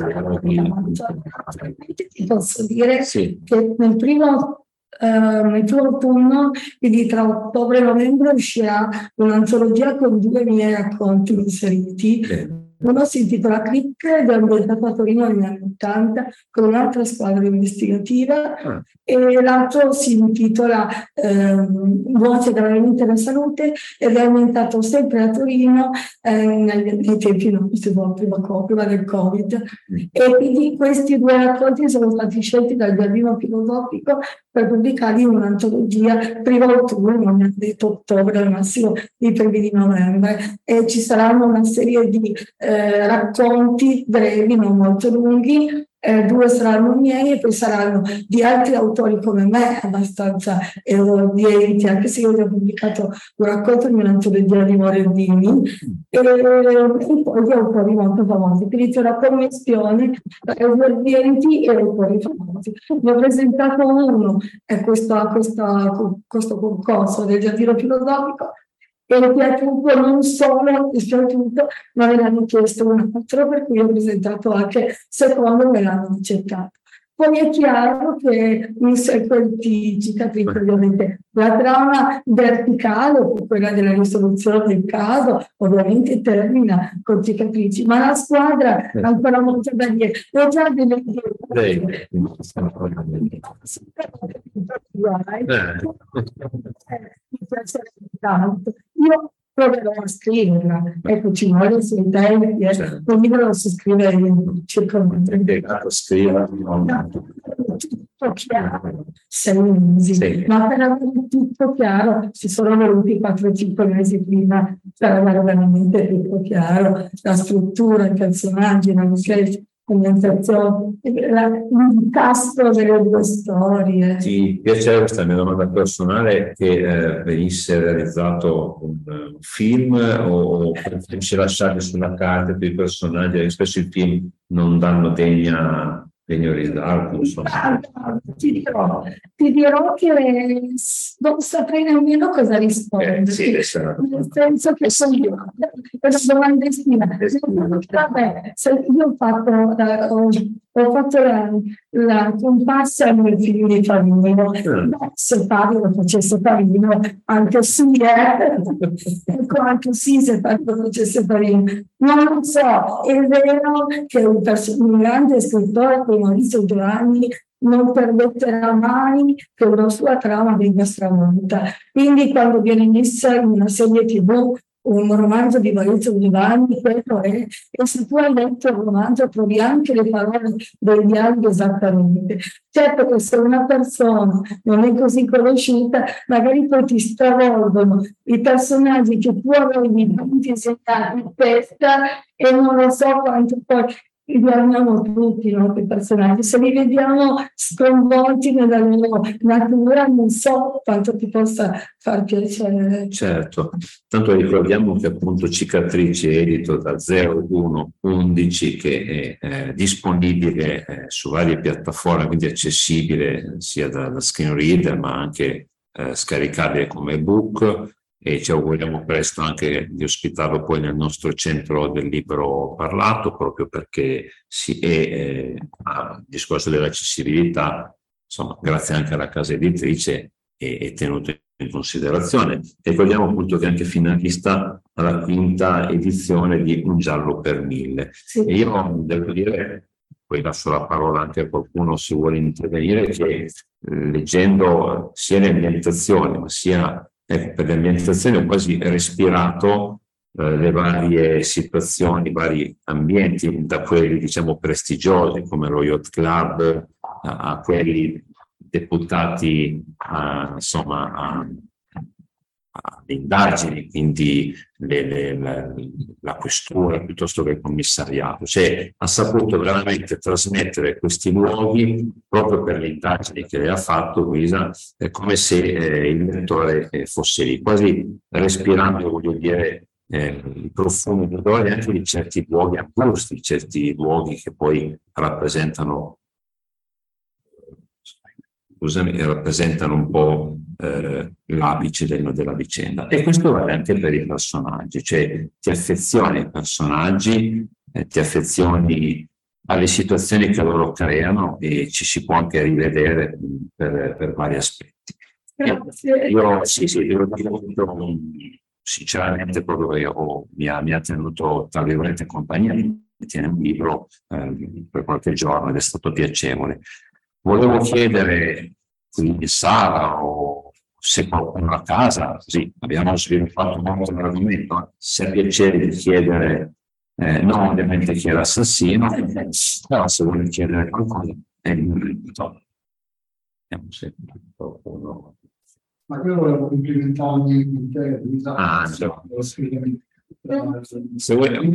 Ti posso dire sì. che nel primo Uh, nel primo autunno, quindi tra ottobre e novembre, uscirà un'antologia con due miei racconti inseriti. Bene. Uno si intitola Click ed è ambientato a Torino negli anni ottanta con un'altra squadra investigativa, ah. e l'altro si intitola ehm, Voce dalla mente alla salute ed è ambientato sempre a Torino eh, nei, nei tempi non si può prima, prima del Covid. Mm. E quindi questi due racconti sono stati scelti dal Giardino Filosofico per pubblicarli in un'antologia prima autunno, mi hanno detto ottobre, al massimo i primi di novembre, e ci saranno una serie di eh, racconti brevi, non molto lunghi, eh, due saranno miei e poi saranno di altri autori come me, abbastanza esordienti, anche se io ho pubblicato un racconto in un'antologia di Morellini, e, e poi di autori molto famosi, quindi c'è una commistione tra esordienti e autori famosi. Ne ho presentato uno, è questo, questo, questo concorso del Giardino Filosofico, e mi è piaciuto non solo, mi è piaciuto, ma me l'hanno chiesto un altro, per cui ho presentato anche secondo, me l'hanno accettato. Poi è chiaro che in sequenti cicatrici, ovviamente, la trama verticale, quella della risoluzione del caso, ovviamente termina con cicatrici, ma la squadra ha ancora molto da dire. Ho già delle idee. Mi piacerebbe tanto. Io proverò a scriverla, ecco, ci vuole sui tempi, eh. Certo. Non mi devo scrivere in circa un tutto chiaro, sei mesi, sì. Ma per avere tutto chiaro ci sono voluti quattro cinque mesi prima per avere veramente tutto chiaro, la struttura, i personaggi, la l'ambientazione, l'incastro delle due storie. Ti piacerebbe, questa è la mia domanda personale, che eh, venisse realizzato un, un film o preferisci lasciarli sulla carta per i personaggi? Spesso i film non danno degna degno risalto, insomma. Ti dirò, ti dirò che non saprei nemmeno cosa rispondere. Eh, sì, nel senso che sono io, è una domandestina. Vabbè, se io ho fatto, ho, ho fatto la, la comparsa nel film di Favino. Mm. Beh, se Fabio lo facesse Favino, anche sì, eh? Ecco, anche sì, se Fabio lo facesse Favino. Non lo so, è vero che un, pers- un grande scrittore come Maurizio Giovanni non permetterà mai che una sua trama venga stravolta. Quindi quando viene messa in una serie tivù un romanzo di Maurizio Giovanni, quello è, e se tu hai letto il romanzo trovi anche le parole del dialogo esattamente. Certo che se una persona non è così conosciuta, magari poi ti stravolgono i personaggi che tu avevi disegnati in testa e non lo so quanto poi Amiamo tutti i nostri personaggi, se li vediamo sconvolti nella loro natura, non so quanto ti possa far piacere. Certo, tanto ricordiamo che appunto Cicatrici è edito da zero uno undici, che è eh, disponibile eh, su varie piattaforme, quindi accessibile sia da, da screen reader ma anche eh, scaricabile come ebook, e ci auguriamo presto anche di ospitarlo poi nel nostro centro del libro parlato, proprio perché si è eh, al discorso dell'accessibilità, insomma, grazie anche alla casa editrice, è, è tenuto in considerazione. Ricordiamo appunto che è anche finalista alla quinta edizione di Un giallo per mille. Sì. E io devo dire, poi lascio la parola anche a qualcuno se vuole intervenire, che eh, leggendo sia le ambientazioni ma sia Ecco, per l'ambientazione ho quasi respirato eh, le varie situazioni, i vari ambienti, da quelli diciamo prestigiosi come lo Yacht Club a, a quelli deputati a, insomma a, alle indagini, quindi le, le, la, la questura piuttosto che il commissariato. Cioè, ha saputo veramente trasmettere questi luoghi proprio per le indagini che lei ha fatto, Luisa, è come se eh, il lettore eh, fosse lì, quasi respirando, voglio dire, eh, i profumi d'odore anche di certi luoghi angusti, certi luoghi che poi rappresentano scusami, rappresentano un po' eh, l'apice del, della vicenda. E questo vale anche per i personaggi, cioè ti affezioni ai personaggi, eh, ti affezioni alle situazioni che loro creano e ci si può anche rivedere per, per vari aspetti. Grazie. Io sì, sì, devo dire sinceramente proprio che io, mi, ha, mi ha tenuto tra virgolette compagnia, mi tiene un libro eh, per qualche giorno ed è stato piacevole. Volevo chiedere quindi Sara o se qualcuno a casa, così abbiamo sviluppato molto l'argomento, se ha piacere di chiedere, eh, non ovviamente chi è l'assassino, però se vuole chiedere qualcosa è il momento. Vediamo se qualcuno. Ma io volevo complimentarmi con te, Luisa. Ah, no. Se vuoi.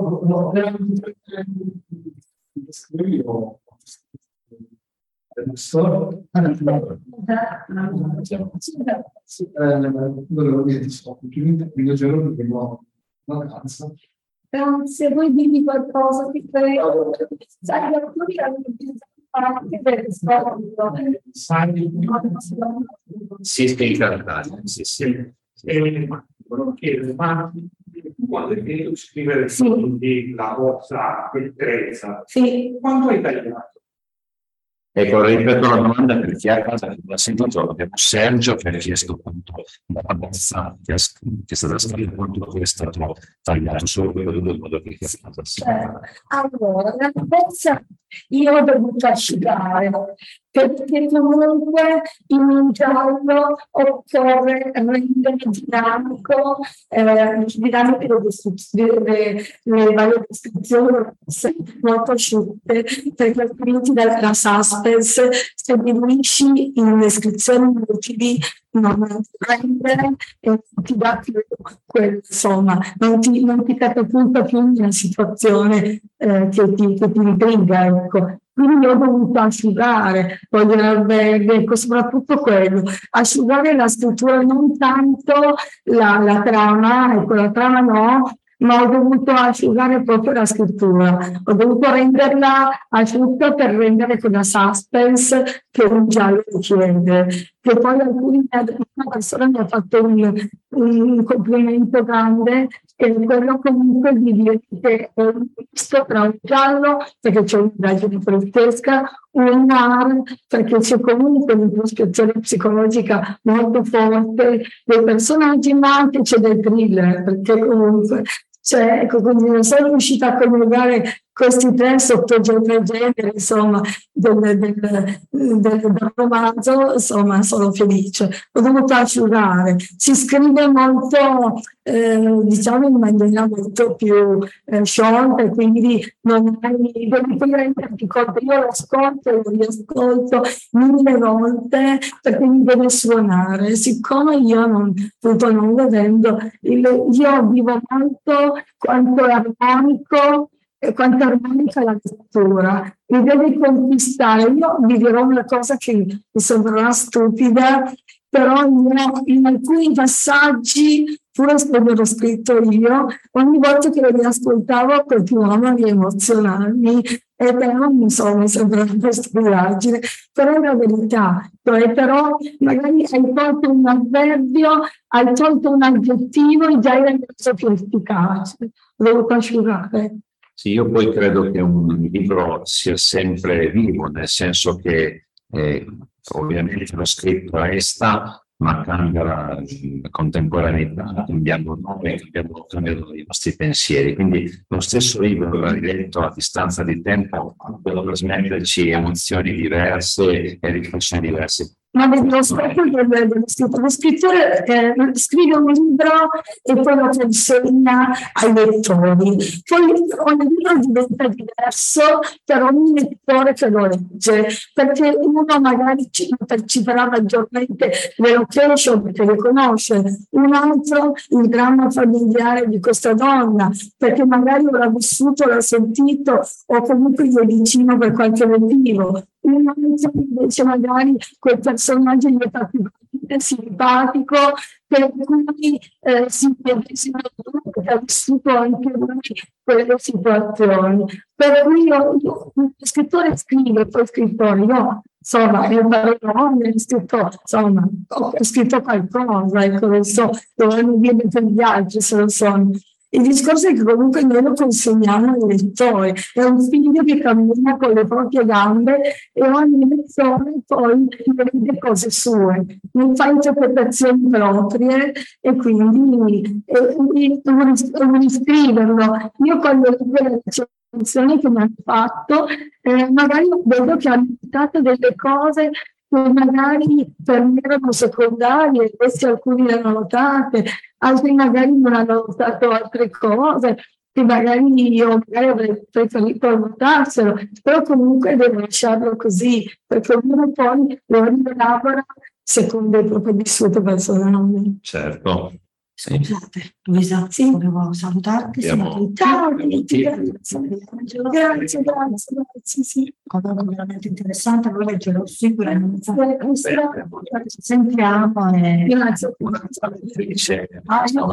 Io volevo dire, sto complimenti il mio giorno perché ho una vacanza. Grazie, vuoi dirmi qualcosa? Ti prego. Sai, alcuni hanno anche per Sì, sì, incantati. Sì, sì. E volevo chiedere, ma quando hai finito di scrivere sì. la vostra esperienza, sì. quanto hai tagliato? Ecco, ripeto la domanda per chi a casa che l'ha sentito, abbiamo Sergio che ha chiesto quanto la bozza che, che è stata scritta, quanto è stato tagliato, solo quello del modo che è stato. Allora, la bozza io ho dovuto asciugare, perché comunque in un giallo occorre rendere dinamico, eh, dinamiche le, le, le varie descrizioni molto asciutte, perché altrimenti la, la suspense, se diluisci in descrizioni lucidi, non prende e ti dà più quello, insomma, non ti, non ti catapulta più in una situazione eh, che ti, che ti intriga, ecco. Quindi ho dovuto asciugare, voglio ecco, soprattutto quello, asciugare la struttura, non tanto la, la trama, ecco, la trama no, ma ho dovuto asciugare proprio la scrittura, ho dovuto renderla asciutta per rendere quella suspense che un giallo richiede. Che poi alcuni, una persona mi ha fatto un, un complimento grande, che è quello comunque di dire che è un misto tra un giallo, perché c'è un'indagine poliziesca, un noir, perché c'è comunque un'introspezione psicologica molto forte dei personaggi, ma anche c'è del thriller, perché comunque cioè, ecco, quindi non sono riuscita a coniugare questi tre sottogeneri, insomma, del, del, del, del romanzo, insomma, sono felice. Ho dovuto asciugare. Si scrive molto, eh, diciamo, in maniera molto più eh, sciolta, e quindi non hai, devi renderti conto. Io lo ascolto, lo riascolto mille volte, perché mi deve suonare. Siccome io non, appunto, non vedendo, io vivo molto quanto è armonico e quanto è armonica la lettura, mi devi conquistare. Io vi dirò una cosa che mi sembrerà stupida, però io in alcuni passaggi, pur se l'ho scritto io, ogni volta che lo riascoltavo continuavo a riemozionarmi e però mi sono sempre una stupidaggine, però è la verità, cioè, però magari hai tolto un avverbio, hai tolto un aggettivo e già hai reso più efficace, l'ho dovuto asciugare. Sì, io poi credo che un libro sia sempre vivo, nel senso che eh, ovviamente lo scritto resta, ma cambia la, la contemporaneità, cambiamo noi, cambiamo, cambiano i nostri pensieri. Quindi lo stesso libro riletto a distanza di tempo può trasmetterci emozioni diverse e riflessioni diverse. Ma vedi, lo specchio dello scritto. Lo scrittore eh, scrive un libro e poi lo consegna ai lettori. Poi ogni libro diventa diverso per ogni lettore che lo legge, perché uno magari ci parteciperà maggiormente le location perché le conosce, un altro il dramma familiare di questa donna, perché magari l'ha vissuto, l'ha sentito o comunque gli è vicino per qualche motivo. Un altro invece magari quel personaggio gli è più simpatico, per cui eh, si medesima che ha vissuto anche lui quelle situazioni. Per cui io, io, lo scrittore scrive, poi scrittore, io insomma, è un parolone, ho scritto, insomma, ho scritto qualcosa, ecco, non so, dove mi viene per gli altri, se lo so. Il discorso è che comunque noi lo consegniamo ai lettori, è un figlio che cammina con le proprie gambe e ogni lettore poi vede cose sue, non fa interpretazioni proprie e quindi devo riscriverlo. Io quando leggo le recensioni che mi hanno fatto, eh, magari vedo che hanno notato delle cose che magari per me erano secondarie, questi alcuni le hanno notate, altri magari non hanno notato altre cose, che magari io magari avrei preferito notarselo, però comunque devo lasciarlo così, perché ognuno poi lo rielabora secondo il proprio vissuto personale. Certo. Scusate, Luisa, sì. Volevo salutarti. Abbiamo... Ciao, grazie, grazie, grazie, grazie, grazie, sì. Allora, veramente interessante, lo leggerò sicuramente. Ci sentiamo e... Grazie. Ah, io...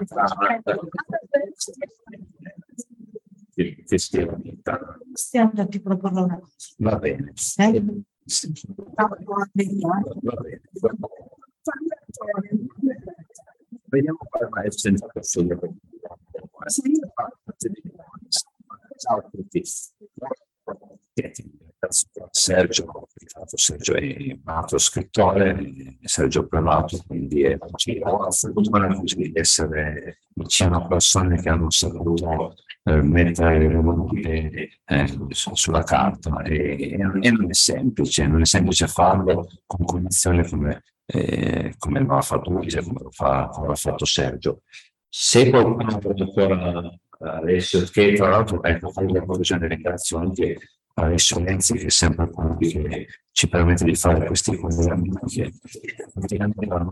Stiamo ti proporrò una cosa. Va bene. Eh? Va bene. Vediamo qual è senza consiglio. Ciao a tutti. Sergio, Sergio è un altro scrittore, Sergio Prelato, quindi è la fortuna di essere vicino a persone che hanno saputo eh, mettere le monete eh, sulla carta e, e non è semplice, non è semplice farlo con condizioni come Eh, come lo ha fatto Luisa, come lo fa, come l'ha fatto Sergio. Se qualcuno ancora Alessio, che tra l'altro ecco, fare la conclusione, ringrazio anche Alessio Lenzi che è sempre qui, che ci permette di fare questi collegamenti che praticamente non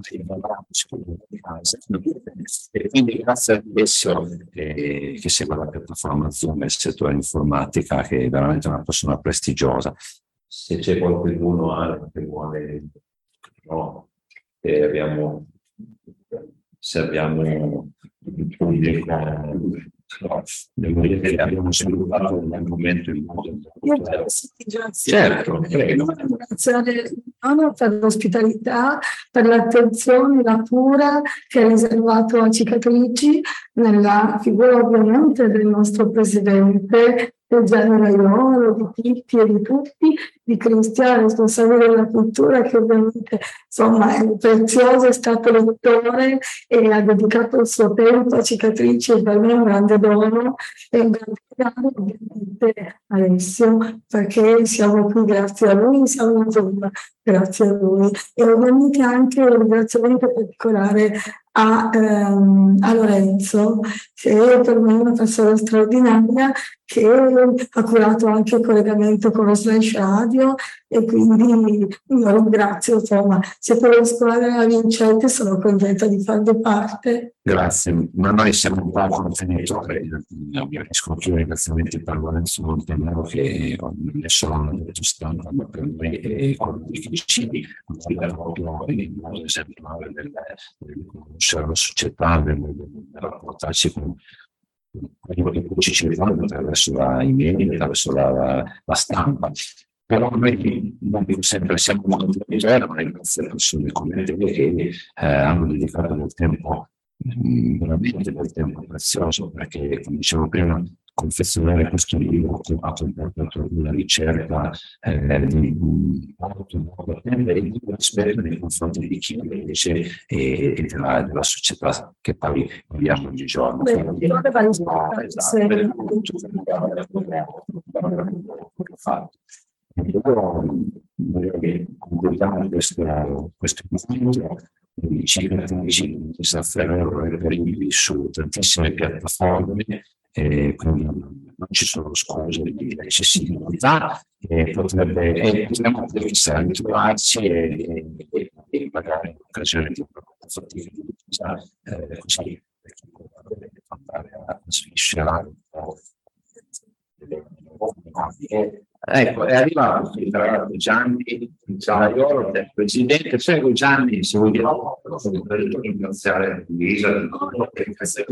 e quindi grazie a Alessio eh, che segue la piattaforma Zoom nel settore informatica, che è veramente una persona prestigiosa. Se c'è qualcuno che vuole no, e abbiamo se abbiamo abbiamo sviluppato un argomento in modo certo, prego. Ringraziare per l'ospitalità, per l'attenzione, la cura che ha riservato a Cicatrici nella figura ovviamente del nostro presidente del genere Aiolo, di Titti e di tutti, di Cristian, responsabile della cultura, che ovviamente insomma è prezioso, è stato lettore e ha dedicato il suo tempo a Cicatrici, e per me è un grande dono e un grande regalo ovviamente Alessio, perché siamo qui grazie a lui, siamo in Zoom grazie a lui, e ovviamente anche un ringraziamento particolare a, ehm, a Lorenzo, che per me è una persona straordinaria, che ha curato anche il collegamento con lo Slash Radio, e quindi lo ringrazio. Insomma, siete la squadra vincente, sono contenta di farne parte. Grazie, ma noi siamo un po' contenitori, riesco più ringraziamenti per Lorenzo Montenero, che non è solo un detto stampa, ma per noi è quello che ci proprio in modo esemplare nel conoscere la società, nel rapportarci con quello che poi ci riguarda attraverso la email, attraverso la, la, la stampa. Però noi non sempre siamo molto leggeri, ma ringrazio le persone come te che eh, hanno dedicato del tempo, mh, veramente del tempo prezioso, perché come dicevo prima, confezionare questo libro ha comportato una ricerca eh, di molto molto tempo e di rispetto nei confronti di chi invece e, e della, della società che poi viviamo ogni giorno. Beh, Quindi, non deve no, esatto, per voglio che concludiamo questo, questo incontro di cicatrici di San Ferrero reperibili su tantissime piattaforme, e quindi non ci sono scuse di accessibilità, e potrebbe e potremmo anche chissà ritrovarci e, e, e magari in occasione di una fatica di utilizzare eh, così per chi può andare a sviscerare un po'. Ecco, è arrivato qui tra l'altro Gianni Zaiolo, del presidente. Prego Gianni, se vogliamo ringraziare Luisa per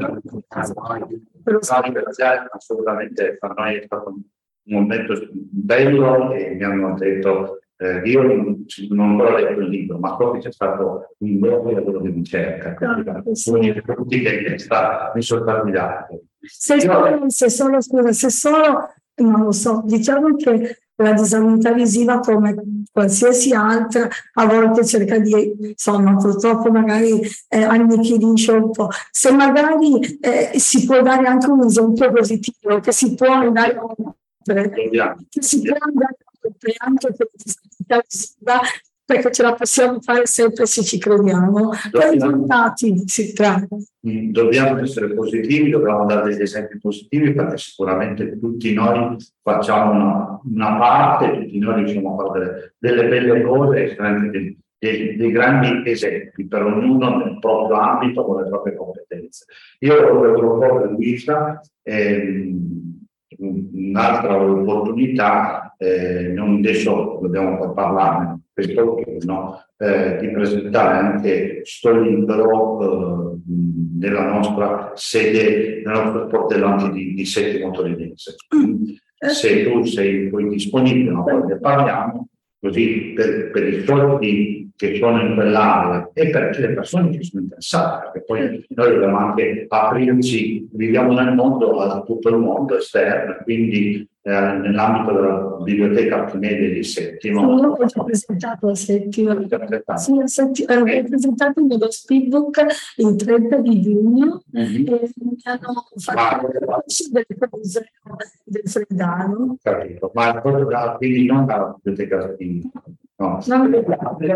ringraziare assolutamente, per noi è stato un momento bello e mi hanno detto eh, io non, non ho ancora letto il libro, ma so che c'è stato un buon lavoro di ricerca, quindi per tutti che sta, mi sono stati dati. Se solo, se solo, scusa, se solo, non lo so, diciamo che la disabilità visiva, come qualsiasi altra, a volte cerca di, insomma, purtroppo magari eh, annichilisce un po'. Se magari eh, si può dare anche un esempio positivo, che si può andare oltre, che si può andare oltre anche per la disabilità visiva, perché ce la possiamo fare sempre se ci crediamo. Poi i risultati si tratta. Dobbiamo essere positivi, dobbiamo dare degli esempi positivi, perché sicuramente tutti noi facciamo una, una parte, tutti noi riusciamo a fare delle, delle belle cose e anche dei, dei, dei grandi esempi per ognuno nel proprio ambito con le proprie competenze. Io voglio proporre a Luisa ehm, un'altra opportunità, eh, non adesso dobbiamo parlarne, questo no, eh, di presentare anche sto libro eh, nella nostra sede, nella nostra sportellante di, di Settimo Torinese. Se tu sei poi disponibile, no, poi ne parliamo, così per, per i soldi che sono in quell'area e per le persone che sono interessate, perché poi noi dobbiamo anche aprirci, viviamo nel mondo, a tutto il mondo esterno, quindi eh, nell'ambito della biblioteca Archimede di Settimo. Sì, io ho già presentato a Settimo. Sì, a Settimo, ho presentato il mio speedbook il trenta di giugno mm-hmm. e mi hanno fatto delle cose del Freddano. Capito, ma quindi non la biblioteca Archimede. No, non è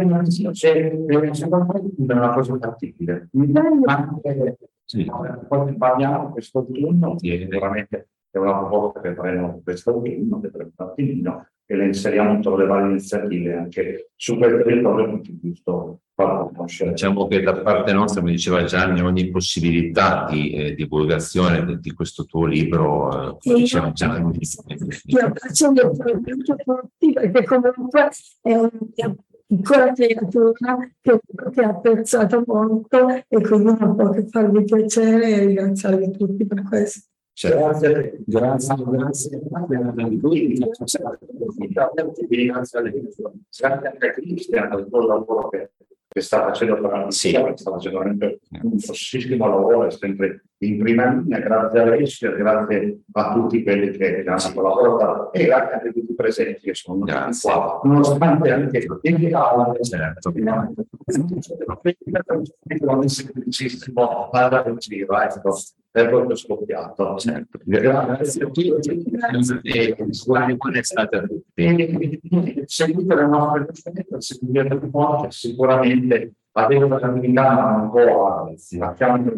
una cosa fattibile. Sì, poi parliamo questo autunno, che veramente è una proposta che faremo questo autunno, che faremo un attimino, e le inseriamo tra le varie iniziative anche su quel territorio che è giusto far conoscere. Diciamo che da parte nostra, come diceva Gianni, ogni possibilità di eh, divulgazione di, di questo tuo libro, eh, diciamo Gianni. Io faccio gli approfondimenti tutti, perché comunque è una piccola creatura che, che ha apprezzato molto, e quindi non può che farvi piacere e ringraziarvi tutti per questo. Grazie, grazie, grazie, grazie anche a Cristian per il tuo lavoro che, che sta facendo per la sì. sta facendo veramente un grossissimo lavoro, è sempre in prima linea. Grazie a Alessio, grazie a tutti quelli che, che hanno collaborato e grazie a tutti i presenti che sono qua, nonostante anche il caldo, certo. Non semplicissimo, guarda in giro, ecco. È proprio scoppiato. Certo. Grazie a tutti e buona estate a tutti. Seguite le nostre ricerche, seguite le porte, sicuramente la responsabilità non può, lasciamo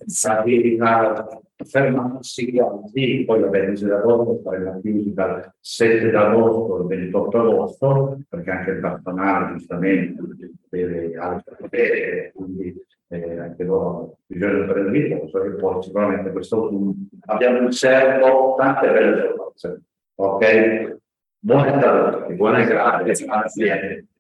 fermarsi sì, poi la mese d'agosto fare la chiusa dal sette d'agosto al ventotto agosto, perché anche il personale giustamente deve altro vedere, quindi eh, anche loro bisogna prendere il tempo, perché poi sicuramente questo abbiamo un servo, tante belle cose, ok? Buona tarda, buona grazie, grazie.